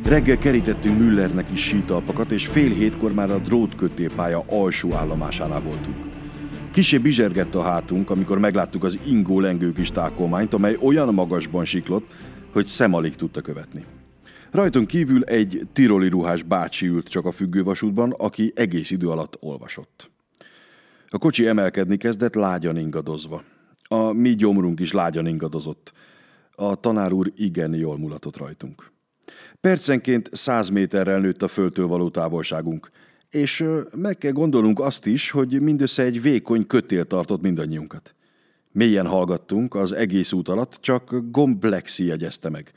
Reggel kerítettünk Müllernek is sítalpakat, és 6:30 már a drótkötélpálya alsó állomásánál voltunk. Kissé bizsergett a hátunk, amikor megláttuk az ingó lengő kis tákolmányt, amely olyan magasban siklott, hogy szem alig tudta követni. Rajtunk kívül egy tiroli ruhás bácsi ült csak a függővasútban, aki egész idő alatt olvasott. A kocsi emelkedni kezdett, lágyan ingadozva. A mi gyomrunk is lágyan ingadozott. A tanár úr igen jól mulatott rajtunk. Percenként 100 méterrel nőtt a földtől való távolságunk, és meg kell gondolnunk azt is, hogy mindössze egy vékony kötél tartott mindannyiunkat. Mélyen hallgattunk, az egész út alatt csak Gomblexi jegyezte meg.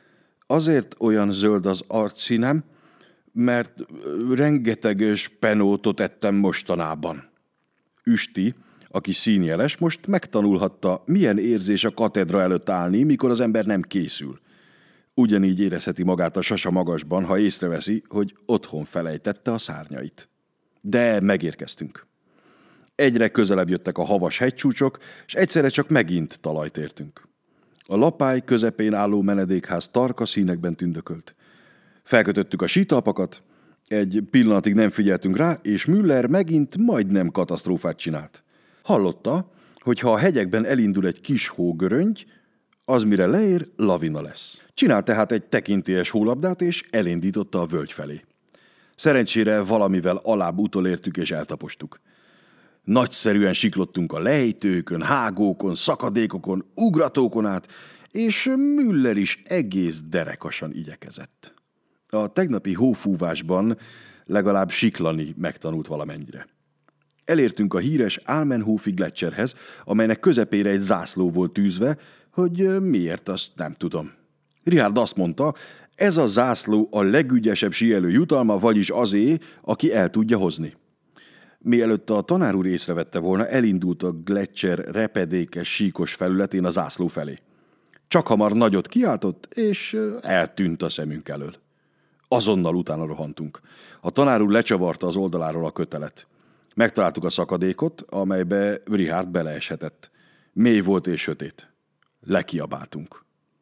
Azért olyan zöld az arcszínem, mert rengeteg spenótot ettem mostanában. Üsti, aki színjeles, most megtanulhatta, milyen érzés a katedra előtt állni, mikor az ember nem készül. Ugyanígy érezheti magát a sasa magasban, ha észreveszi, hogy otthon felejtette a szárnyait. De megérkeztünk. Egyre közelebb jöttek a havas hegycsúcsok, és egyszerre csak megint talajt értünk. A lapály közepén álló menedékház tarka színekben tündökölt. Felkötöttük a sítalpakat, egy pillanatig nem figyeltünk rá, és Müller megint majdnem katasztrófát csinált. Hallotta, hogy ha a hegyekben elindul egy kis hógöröngy, az mire leér, lavina lesz. Csinált tehát egy tekintélyes hólabdát, és elindította a völgy felé. Szerencsére valamivel alább utolértük és eltapostuk. Nagyszerűen siklottunk a lejtőkön, hágókon, szakadékokon, ugratókon át, és Müller is egész derekasan igyekezett. A tegnapi hófúvásban legalább siklani megtanult valamennyire. Elértünk a híres Almenhofi Gletscherhez, amelynek közepére egy zászló volt tűzve, hogy miért, azt nem tudom. Richard azt mondta, ez a zászló a legügyesebb síelő jutalma, vagyis azé, aki el tudja hozni. Mielőtt a tanár úr észrevette volna, elindult a Gletscher repedékes, síkos felületén a zászló felé. Csak hamar nagyot kiáltott, és eltűnt a szemünk elől. Azonnal utána rohantunk. A tanár úr lecsavarta az oldaláról a kötelet. Megtaláltuk a szakadékot, amelybe Richard beleeshetett. Mély volt és sötét. Lekiabáltunk.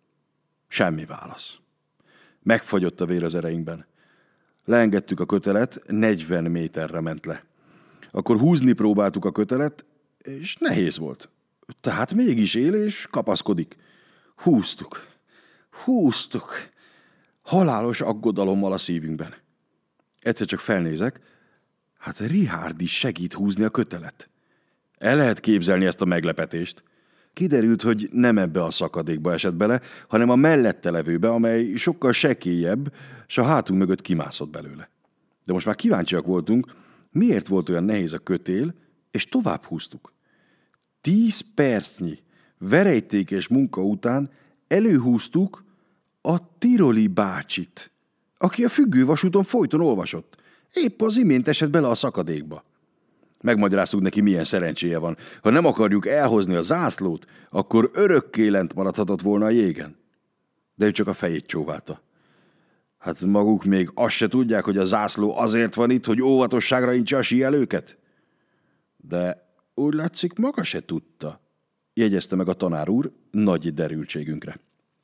Semmi válasz. Megfagyott a vér az ereinkben. Leengedtük a kötelet, 40 méterre ment le. Akkor húzni próbáltuk a kötelet, és nehéz volt. Tehát mégis él és kapaszkodik. Húztuk. Halálos aggodalommal a szívünkben. Egyszer csak felnézek, hát Richard is segít húzni a kötelet. El lehet képzelni ezt a meglepetést. Kiderült, hogy nem ebbe a szakadékba esett bele, hanem a mellette levőbe, amely sokkal sekélyebb, s a hátunk mögött kimászott belőle. De most már kíváncsiak voltunk, miért volt olyan nehéz a kötél, és tovább húztuk. 10 percnyi verejtékes munka után előhúztuk a tiroli bácsit, aki a függővasúton folyton olvasott. Épp az imént esett bele a szakadékba. Megmagyaráztuk neki, milyen szerencséje van. Ha nem akarjuk elhozni a zászlót, akkor örökké lent maradhatott volna a jégen. De ő csak a fejét csóválta. Hát maguk még azt se tudják, hogy a zászló azért van itt, hogy óvatosságra intse a síelőket? De úgy látszik, maga se tudta, jegyezte meg a tanár úr nagy derültségünkre.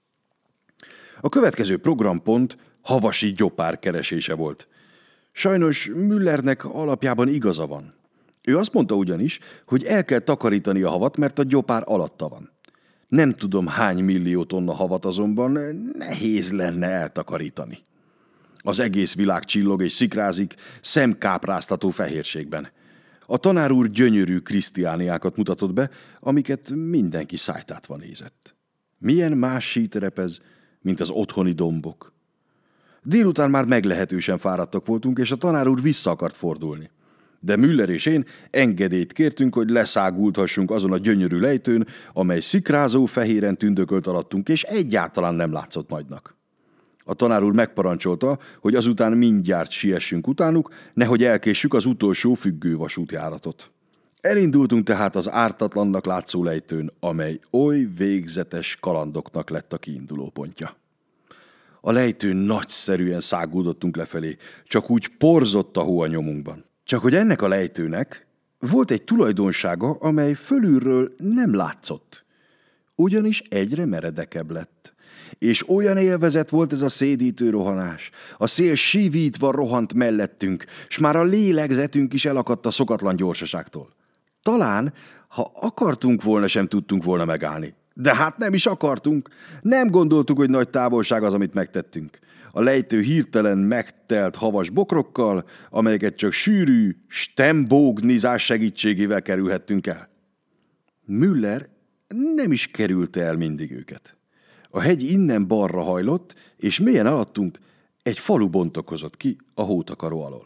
A következő programpont havasi gyopár keresése volt. Sajnos Müllernek alapjában igaza van. Ő azt mondta ugyanis, hogy el kell takarítani a havat, mert a gyopár alatta van. Nem tudom hány millió tonna havat azonban nehéz lenne eltakarítani. Az egész világ csillog és szikrázik szemkápráztató fehérségben. A tanár úr gyönyörű krisztiániákat mutatott be, amiket mindenki szájtátva nézett. Milyen más síterep ez, mint az otthoni dombok. Délután már meglehetősen fáradtak voltunk, és a tanár úr vissza akart fordulni. De Müller és én engedélyt kértünk, hogy leszágulthassunk azon a gyönyörű lejtőn, amely szikrázó fehéren tündökölt alattunk, és egyáltalán nem látszott nagynak. A tanár úr megparancsolta, hogy azután mindjárt siessünk utánuk, nehogy elkéssük az utolsó függővasútjáratot. Elindultunk tehát az ártatlannak látszó lejtőn, amely oly végzetes kalandoknak lett a kiindulópontja. A lejtőn nagyszerűen száguldottunk lefelé, csak úgy porzott a hó a nyomunkban. Csak hogy ennek a lejtőnek volt egy tulajdonsága, amely fölülről nem látszott. ugyanis egyre meredekebb lett. És olyan élvezet volt ez a szédítő rohanás. A szél sívítva rohant mellettünk, s már a lélegzetünk is elakadt a szokatlan gyorsaságtól. Talán, ha akartunk volna, sem tudtunk volna megállni. De hát nem is akartunk. Nem gondoltuk, hogy nagy távolság az, amit megtettünk. A lejtő hirtelen megtelt havas bokrokkal, amelyeket csak sűrű stembógnizás segítségével kerülhettünk el. Müller nem is kerülte el mindig őket. A hegy innen balra hajlott, és mélyen alattunk egy falu bontakozott ki a hótakaró alól.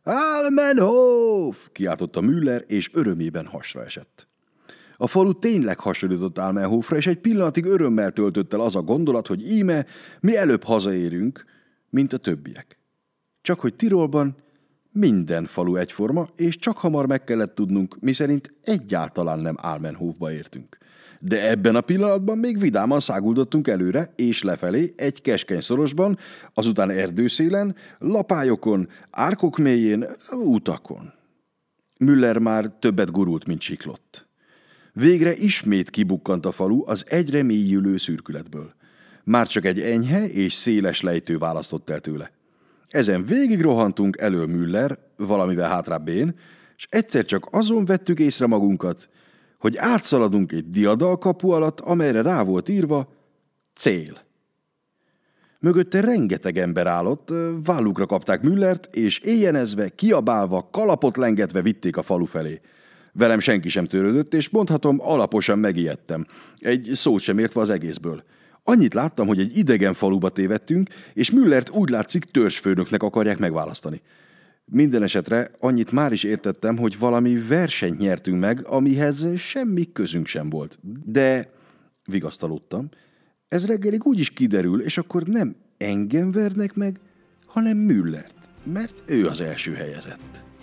Almenhof! Kiáltotta Müller, és örömében hasra esett. A falu tényleg hasonlított Almenhofra, és egy pillanatig örömmel töltött el az a gondolat, hogy íme mi előbb hazaérünk, mint a többiek. Csak hogy Tirolban minden falu egyforma, és csak hamar meg kellett tudnunk, miszerint egyáltalán nem Almenhofba értünk. De ebben a pillanatban még vidáman száguldottunk előre és lefelé egy keskeny szorosban, azután erdőszélen, lapályokon, árkok mélyén, utakon. Müller már többet gurult, mint siklott. Végre ismét kibukkant a falu az egyre mélyülő szürkületből. Már csak egy enyhe és széles lejtő választott el tőle. Ezen végig rohantunk elől Müller, valamivel hátrább én, és egyszer csak azon vettük észre magunkat, hogy átszaladunk egy diadalkapu alatt, amelyre rá volt írva cél. Mögötte rengeteg ember állott, vállukra kapták Müllert, és éjjenezve, kiabálva, kalapot lengetve vitték a falu felé. Velem senki sem törődött, és mondhatom, alaposan megijedtem, egy szót sem értve az egészből. Annyit láttam, hogy egy idegen faluba tévedtünk, és Müllert úgy látszik törzsfőnöknek akarják megválasztani. Minden esetre annyit már is értettem, hogy valami versenyt nyertünk meg, amihez semmi közünk sem volt. De, vigasztalódtam, ez reggelig úgy is kiderül, és akkor nem engem vernek meg, hanem Müllert, mert ő az első helyezett.